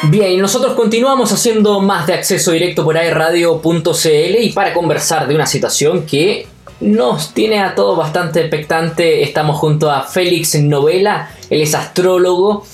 Bien, y nosotros continuamos haciendo más de acceso directo por aerradio.cl y para conversar de una situación que nos tiene a todos bastante expectante, estamos junto a Félix Novela, él es astrólogo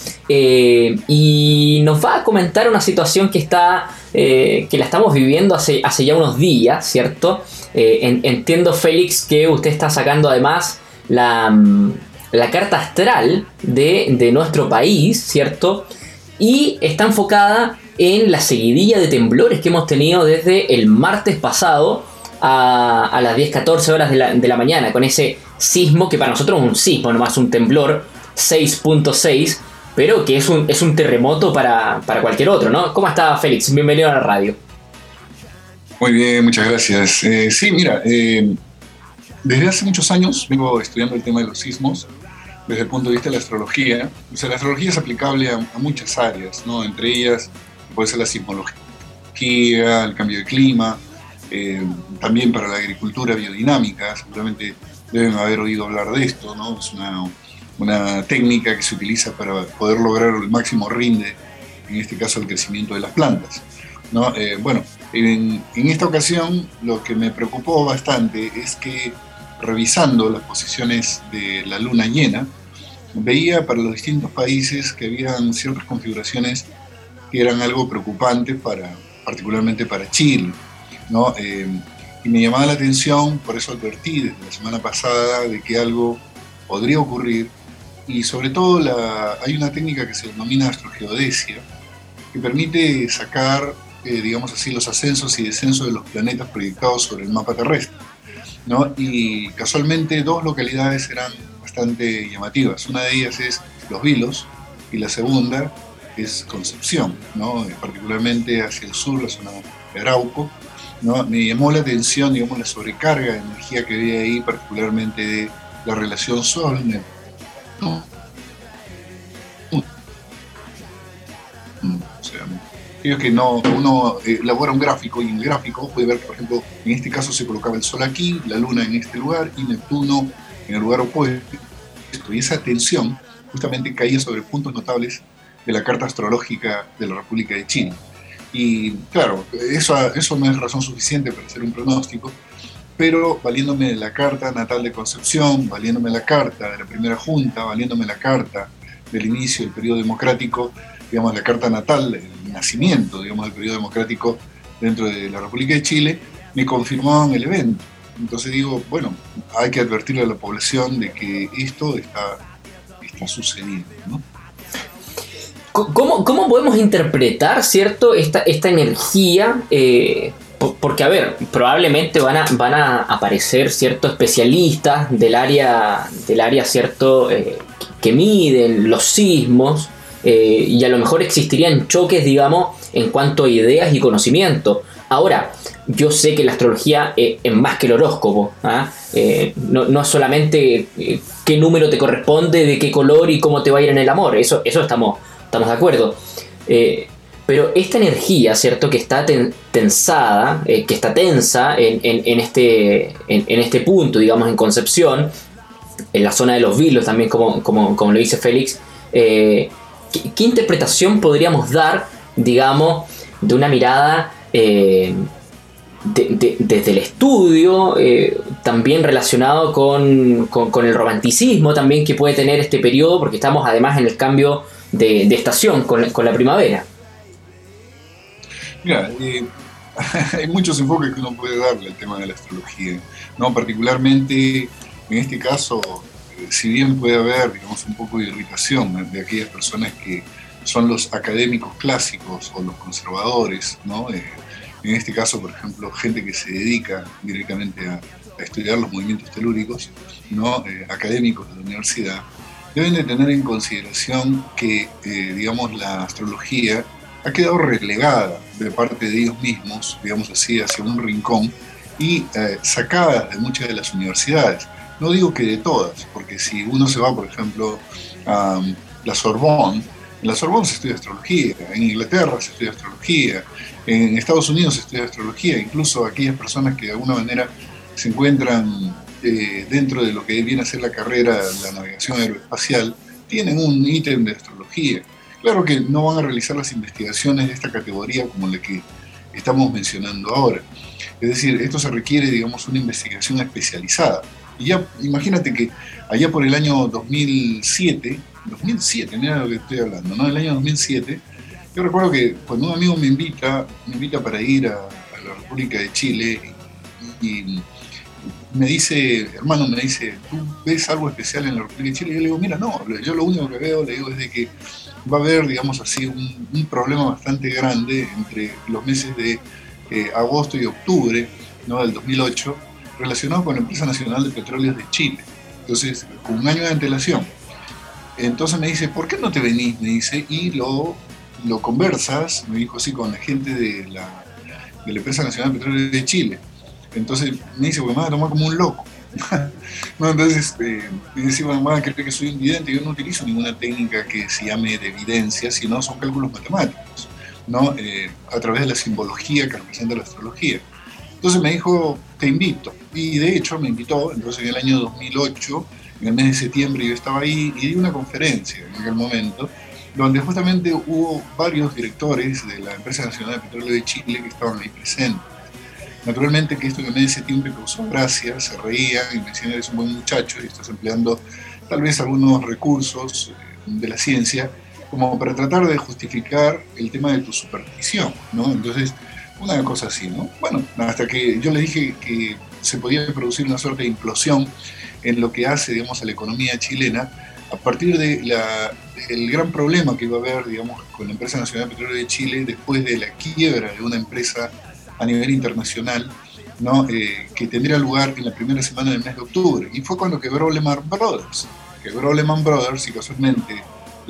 y nos va a comentar una situación que la estamos viviendo hace ya unos días, ¿cierto? Entiendo, Félix, que usted está sacando además la carta astral de nuestro país, ¿cierto? Y está enfocada en la seguidilla de temblores que hemos tenido desde el martes pasado a las 10:14 horas de la mañana, con ese sismo que para nosotros es un sismo, nomás un temblor 6.6, pero que es un terremoto para cualquier otro, ¿no? ¿Cómo está, Félix? Bienvenido a la radio. Muy bien, muchas gracias. Sí, mira, desde hace muchos años vengo estudiando el tema de los sismos desde el punto de vista de la astrología. O sea, la astrología es aplicable a muchas áreas, ¿no? Entre ellas puede ser la sismología, el cambio de clima, también para la agricultura biodinámica. Seguramente deben haber oído hablar de esto, ¿no? Es una técnica que se utiliza para poder lograr el máximo rinde, en este caso el crecimiento de las plantas, ¿no? Bueno, en esta ocasión lo que me preocupó bastante es que, revisando las posiciones de la luna llena, veía para los distintos países que habían ciertas configuraciones que eran algo preocupantes, particularmente para Chile, ¿no? Y me llamaba la atención, por eso advertí desde la semana pasada de que algo podría ocurrir, y sobre todo hay una técnica que se denomina astrogeodesia, que permite sacar, digamos así, los ascensos y descensos de los planetas proyectados sobre el mapa terrestre, ¿no? Y casualmente dos localidades eran bastante llamativas. Una de ellas es Los Vilos y la segunda es Concepción, ¿no? Particularmente hacia el sur, la zona de Arauco, ¿no? Me llamó la atención, digamos, la sobrecarga de energía que había ahí, particularmente de la relación Sol-Neptuno. O sea, creo que uno elabora un gráfico, y en el gráfico puede ver que, por ejemplo, en este caso se colocaba el Sol aquí, la Luna en este lugar y Neptuno en el lugar opuesto, y esa tensión justamente caía sobre puntos notables de la carta astrológica de la República de Chile. Y claro, eso no es razón suficiente para hacer un pronóstico, pero valiéndome de la carta natal de Concepción, valiéndome la carta de la primera junta, valiéndome la carta del inicio del periodo democrático, digamos, la carta natal, el nacimiento, digamos, del periodo democrático dentro de la República de Chile, me confirmaban el evento. Entonces digo, bueno, hay que advertirle a la población de que esto está sucediendo, ¿no? ¿Cómo podemos interpretar, cierto, esta energía? Porque, a ver, probablemente van a aparecer ciertos especialistas del área, cierto, que miden los sismos, y a lo mejor existirían choques, digamos, en cuanto a ideas y conocimiento. Ahora, yo sé que la astrología es más que el horóscopo, ¿eh? No es solamente qué número te corresponde, de qué color y cómo te va a ir en el amor. Eso estamos de acuerdo. Pero esta energía, ¿cierto?, que está tensada, que está tensa en este punto, digamos, en Concepción, en la zona de Los Vilos también, como lo dice Félix, ¿qué interpretación podríamos dar, digamos, de una mirada desde el estudio, también relacionado con el romanticismo también que puede tener este periodo, porque estamos además en el cambio de estación con la primavera? Mira, hay muchos enfoques que uno puede darle al tema de la astrología, ¿no? Particularmente en este caso, si bien puede haber, digamos, un poco de irritación de aquellas personas que son los académicos clásicos o los conservadores, ¿no? En este caso, por ejemplo, gente que se dedica directamente a estudiar los movimientos telúricos, ¿no? Académicos de la universidad, deben de tener en consideración que, digamos, la astrología ha quedado relegada de parte de ellos mismos, digamos así, hacia un rincón y sacada de muchas de las universidades. No digo que de todas, porque si uno se va, por ejemplo, a la Sorbonne, en la Sorbonne se estudia astrología, en Inglaterra se estudia astrología, en Estados Unidos se estudia astrología, incluso aquellas personas que de alguna manera se encuentran dentro de lo que viene a ser la carrera, la navegación aeroespacial, tienen un ítem de astrología. Claro que no van a realizar las investigaciones de esta categoría como la que estamos mencionando ahora. Es decir, esto se requiere, digamos, una investigación especializada. Y ya, imagínate que allá por el año 2007, mira lo que estoy hablando, ¿no? El año 2007, yo recuerdo que cuando un amigo me invita para ir a la República de Chile y me dice, hermano, me dice, ¿tú ves algo especial en la República de Chile? Y yo le digo, mira, no, yo lo único que veo, le digo, es de que va a haber, digamos así, un problema bastante grande entre los meses de agosto y octubre, ¿no?, del 2008, relacionado con la Empresa Nacional de Petróleos de Chile. Entonces, con un año de antelación. Entonces me dice, ¿por qué no te venís? Me dice, y lo conversas, me dijo así, con la gente de la Empresa Nacional de Petróleos de Chile. Entonces me dice, pues me van a tomar como un loco. No, entonces me decía, me van a creer que soy un vidente. Yo no utilizo ninguna técnica que se llame de evidencia, sino son cálculos matemáticos, ¿no? A través de la simbología que representa la astrología. Entonces me dijo, te invito. Y de hecho me invitó. Entonces en el año 2008, en el mes de septiembre, yo estaba ahí y di una conferencia en aquel momento, donde justamente hubo varios directores de la Empresa Nacional de Petróleo de Chile que estaban ahí presentes. Naturalmente que esto en el mes de septiembre causó gracia, se reían y me decían, eres un buen muchacho y estás empleando tal vez algunos recursos de la ciencia como para tratar de justificar el tema de tu superstición, ¿no? Entonces, una cosa así, ¿no? Bueno, hasta que yo le dije que se podía producir una suerte de implosión en lo que hace, digamos, a la economía chilena, a partir de el gran problema que iba a haber, digamos, con la Empresa Nacional de Petróleo de Chile después de la quiebra de una empresa a nivel internacional, ¿no? Que tendría lugar en la primera semana del mes de octubre. Y fue cuando quebró Lehman Brothers. Quebró Lehman Brothers y casualmente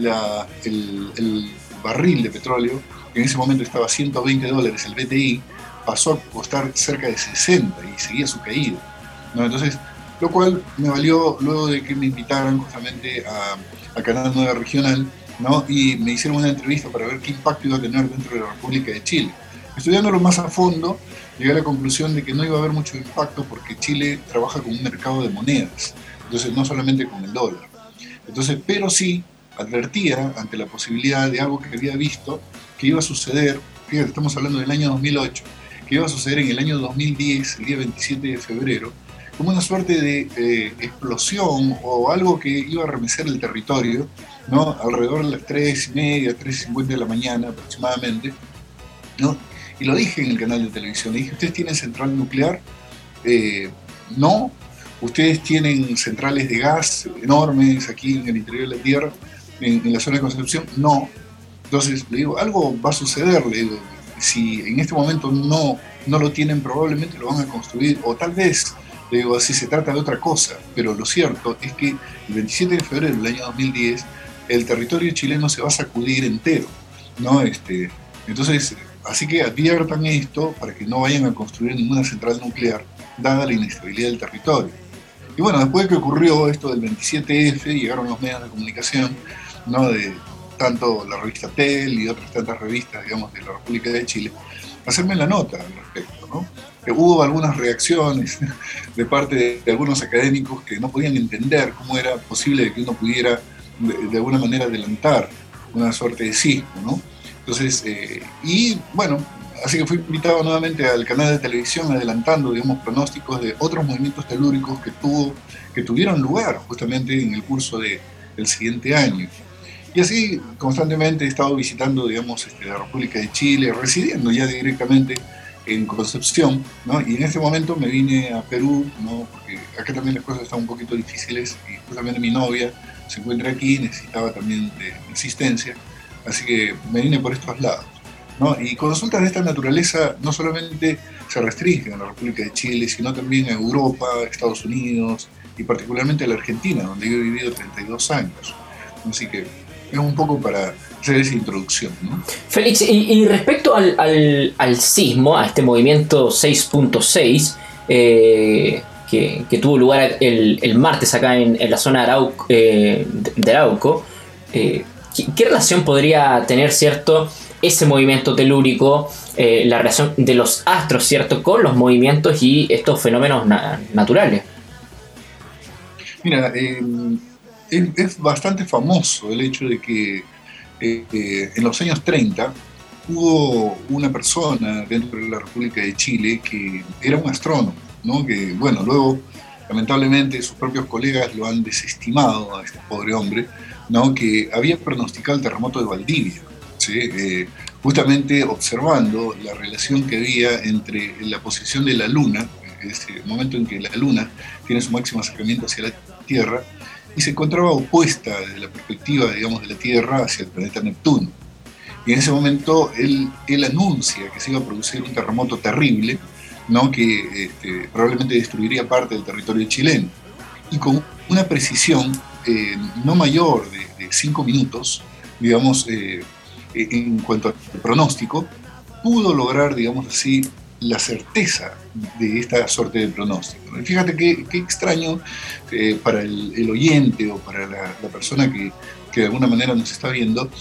el barril de petróleo, que en ese momento estaba a $120 el BTI, pasó a costar cerca de 60 y seguía su caída, ¿no? Entonces, lo cual me valió luego de que me invitaran justamente a Canal 9 Regional, ¿no? Y me hicieron una entrevista para ver qué impacto iba a tener dentro de la República de Chile. Estudiándolo más a fondo, llegué a la conclusión de que no iba a haber mucho impacto porque Chile trabaja con un mercado de monedas, entonces no solamente con el dólar. Entonces, pero sí advertía ante la posibilidad de algo que había visto que iba a suceder, fíjate, estamos hablando del año 2008, que iba a suceder en el año 2010, el día 27 de febrero, como una suerte de explosión o algo que iba a remecer el territorio, ¿no? Alrededor de las 3:30, 3:50 de la mañana aproximadamente, ¿no? Y lo dije en el canal de televisión, le dije, ¿ustedes tienen central nuclear? No. ¿Ustedes tienen centrales de gas enormes aquí en el interior de la Tierra, en la zona de Concepción? No. Entonces, le digo, algo va a suceder, le digo, si en este momento no lo tienen, probablemente lo van a construir, o tal vez, le digo, si se trata de otra cosa, pero lo cierto es que el 27 de febrero del año 2010, el territorio chileno se va a sacudir entero, ¿no? Entonces, así que adviertan esto para que no vayan a construir ninguna central nuclear, dada la inestabilidad del territorio. Y bueno, después de que ocurrió esto del 27F, llegaron los medios de comunicación, ¿no? De tanto la revista TEL y otras tantas revistas, digamos, de la República de Chile, a hacerme la nota al respecto, ¿no? Que hubo algunas reacciones de parte de algunos académicos que no podían entender cómo era posible que uno pudiera de alguna manera adelantar una suerte de sismo, ¿no? Entonces, y bueno, así que fui invitado nuevamente al canal de televisión adelantando, digamos, pronósticos de otros movimientos telúricos que tuvieron lugar justamente en el curso del siguiente año. Y así constantemente he estado visitando, digamos, la República de Chile, residiendo ya directamente en Concepción, ¿no? Y en este momento me vine a Perú, ¿no? Porque acá también las cosas están un poquito difíciles y justamente mi novia se encuentra aquí, necesitaba también de asistencia, así que me vine por estos lados, ¿no? Y consultas de esta naturaleza no solamente se restringen a la República de Chile, sino también a Europa, Estados Unidos y particularmente a la Argentina, donde yo he vivido 32 años. Así que es un poco para hacer esa introducción, ¿no? Félix, y respecto al sismo, a este movimiento 6.6, que tuvo lugar el martes acá en la zona de Arauco, ¿qué relación podría tener, cierto, ese movimiento telúrico, la relación de los astros, cierto, con los movimientos y estos fenómenos naturales? Mira, es bastante famoso el hecho de que en los años 30 hubo una persona dentro de la República de Chile que era un astrónomo, ¿no? Que, bueno, luego, lamentablemente, sus propios colegas lo han desestimado a este pobre hombre, ¿no? Que había pronosticado el terremoto de Valdivia, ¿sí? Justamente observando la relación que había entre la posición de la Luna, ese momento en que la Luna tiene su máximo acercamiento hacia la Tierra, y se encontraba opuesta desde la perspectiva, digamos, de la Tierra hacia el planeta Neptuno. Y en ese momento él anuncia que se iba a producir un terremoto terrible, ¿no? Que probablemente destruiría parte del territorio chileno. Y con una precisión no mayor de 5 minutos, digamos, en cuanto al pronóstico, pudo lograr, digamos así, la certeza de esta suerte de pronóstico. Fíjate qué extraño para el oyente o para la persona que de alguna manera nos está viendo,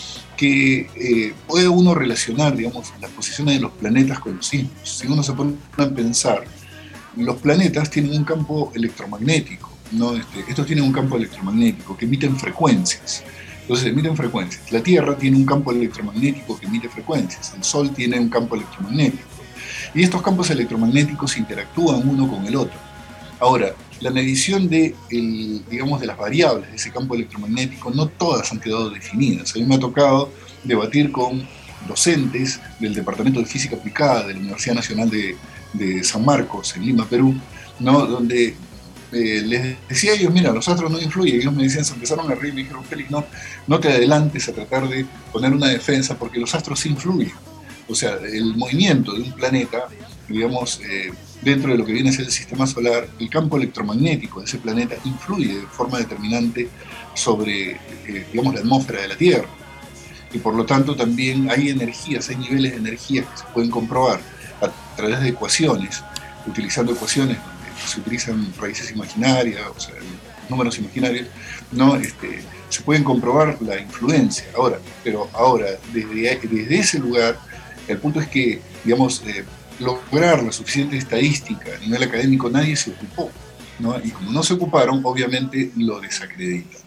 que puede uno relacionar, digamos, las posiciones de los planetas con los sismos. Si uno se pone a pensar, los planetas tienen un campo electromagnético, ¿no? Estos tienen un campo electromagnético que emiten frecuencias. Entonces emiten frecuencias. La Tierra tiene un campo electromagnético que emite frecuencias. El Sol tiene un campo electromagnético. Y estos campos electromagnéticos interactúan uno con el otro. Ahora, la medición digamos, de las variables de ese campo electromagnético, no todas han quedado definidas. A mí me ha tocado debatir con docentes del Departamento de Física Aplicada de la Universidad Nacional de San Marcos, en Lima, Perú, ¿no? Donde les decía a ellos, mira, los astros no influyen. Ellos me decían, se empezaron a reír y me dijeron, Félix, no te adelantes a tratar de poner una defensa porque los astros sí influyen. O sea, el movimiento de un planeta, digamos, dentro de lo que viene a ser el sistema solar, el campo electromagnético de ese planeta influye de forma determinante sobre, digamos, la atmósfera de la Tierra. Y por lo tanto también hay energías, hay niveles de energías que se pueden comprobar a través de ecuaciones, utilizando ecuaciones donde se utilizan raíces imaginarias, o sea, números imaginarios, ¿no? Se pueden comprobar la influencia. Pero ahora, desde ese lugar, el punto es que, digamos, lograr la suficiente estadística a nivel académico nadie se ocupó, ¿no? Y como no se ocuparon, obviamente lo desacreditan.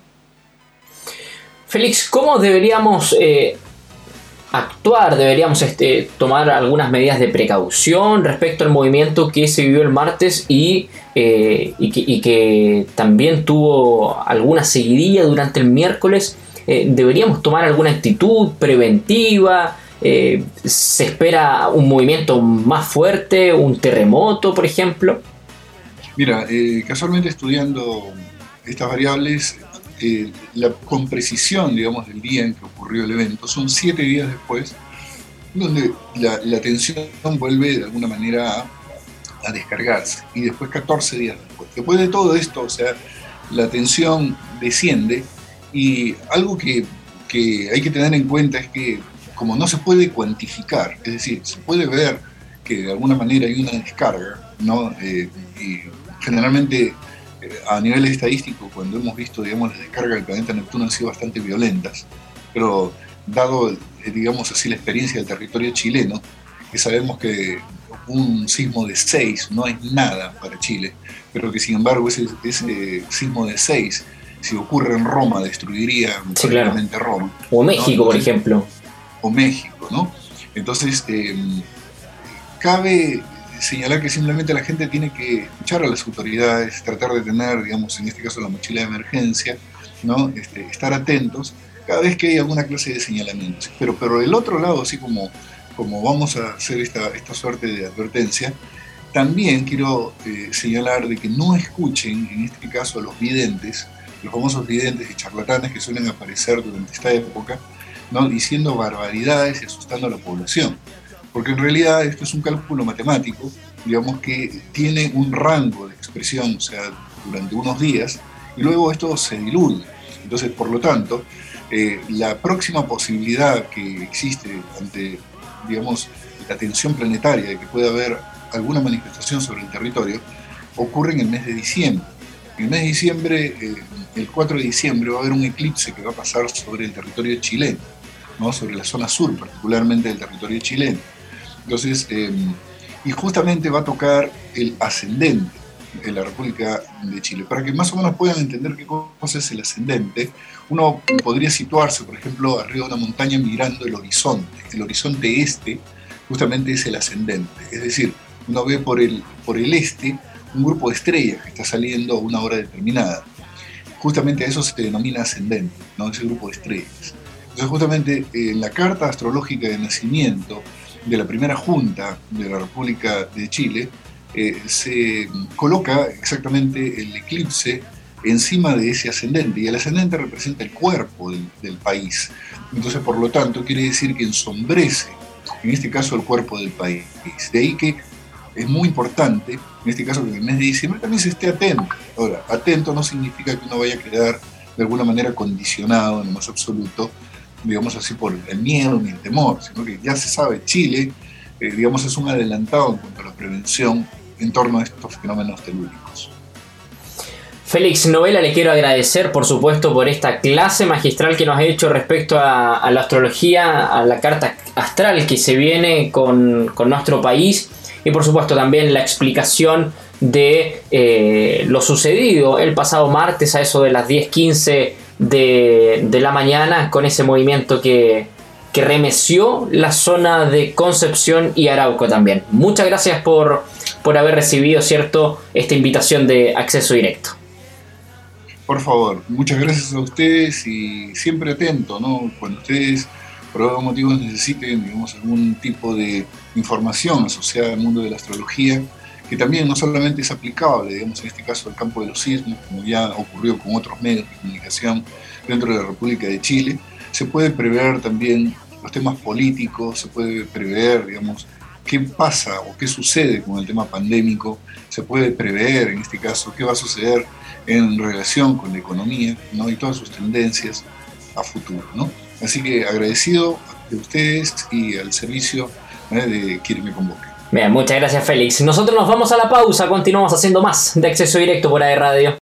Félix, ¿cómo deberíamos actuar? ¿Deberíamos tomar algunas medidas de precaución respecto al movimiento que se vivió el martes y que también tuvo alguna seguidilla durante el miércoles? ¿Deberíamos tomar alguna actitud preventiva? ¿Se espera un movimiento más fuerte, un terremoto, por ejemplo? Mira, casualmente estudiando estas variables, con precisión, digamos, del día en que ocurrió el evento, son 7 días después, donde la tensión vuelve de alguna manera a descargarse, y después 14 días después. Después de todo esto, o sea, la tensión desciende, y algo que hay que tener en cuenta es que como no se puede cuantificar, es decir, se puede ver que de alguna manera hay una descarga, ¿no? Y generalmente a nivel estadístico, cuando hemos visto, digamos, la descarga del planeta Neptuno han sido bastante violentas, pero dado, digamos así, la experiencia del territorio chileno, que sabemos que un sismo de 6 no es nada para Chile, pero que sin embargo ese sismo de 6, si ocurre en Roma, destruiría prácticamente Roma. O México, ¿no? Por ejemplo. O México, ¿no? Entonces, cabe señalar que simplemente la gente tiene que escuchar a las autoridades, tratar de tener, digamos, en este caso la mochila de emergencia, ¿no? Estar atentos cada vez que hay alguna clase de señalamientos. Pero del otro lado, así como vamos a hacer esta suerte de advertencia, también quiero señalar de que no escuchen, en este caso, a los videntes, los famosos videntes y charlatanes que suelen aparecer durante esta época, ¿no? Diciendo barbaridades y asustando a la población. Porque en realidad esto es un cálculo matemático, digamos, que tiene un rango de expresión, o sea, durante unos días, y luego esto se diluye. Entonces, por lo tanto, la próxima posibilidad que existe ante, digamos, la tensión planetaria de que pueda haber alguna manifestación sobre el territorio, ocurre en el mes de diciembre. En el mes de diciembre, el 4 de diciembre, va a haber un eclipse que va a pasar sobre el territorio chileno, ¿no? Sobre la zona sur, particularmente del territorio chileno. Entonces, y justamente va a tocar el ascendente en la República de Chile. Para que más o menos puedan entender qué cosa es el ascendente, uno podría situarse, por ejemplo, arriba de una montaña mirando el horizonte. El horizonte este justamente es el ascendente, es decir, uno ve por el este un grupo de estrellas que está saliendo a una hora determinada. Justamente a eso se denomina ascendente, ¿no? Ese grupo de estrellas. Entonces, justamente en la carta astrológica de nacimiento de la primera junta de la República de Chile, se coloca exactamente el eclipse encima de ese ascendente, y el ascendente representa el cuerpo del país. Entonces, por lo tanto, quiere decir que ensombrece, en este caso, el cuerpo del país. De ahí que es muy importante, en este caso, que en el mes de diciembre también se esté atento. Ahora, atento no significa que uno vaya a quedar de alguna manera condicionado en lo más absoluto, digamos así, por el miedo ni el temor, sino que ya se sabe, Chile, digamos, es un adelantado en cuanto a la prevención en torno a estos fenómenos telúricos. Félix Novela, le quiero agradecer, por supuesto, por esta clase magistral que nos ha hecho respecto a la astrología, a la carta astral que se viene con nuestro país, y por supuesto también la explicación de lo sucedido el pasado martes a eso de las 10:15 de la mañana, con ese movimiento que remeció la zona de Concepción y Arauco también. Muchas gracias por haber recibido, ¿cierto?, esta invitación de acceso directo. Por favor, muchas gracias a ustedes y siempre atento, ¿no? Cuando ustedes por algún motivo necesiten, digamos, algún tipo de información asociada al mundo de la astrología, que también no solamente es aplicable, digamos, en este caso al campo de los sismos, como ya ocurrió con otros medios de comunicación dentro de la República de Chile, se puede prever también los temas políticos, se puede prever, digamos, qué pasa o qué sucede con el tema pandémico, se puede prever, en este caso, qué va a suceder en relación con la economía, ¿no? Y todas sus tendencias a futuro, ¿no? Así que agradecido de ustedes y al servicio de quien me convoque. Bien, muchas gracias, Félix. Nosotros nos vamos a la pausa, continuamos haciendo más de Acceso Directo por AE Radio.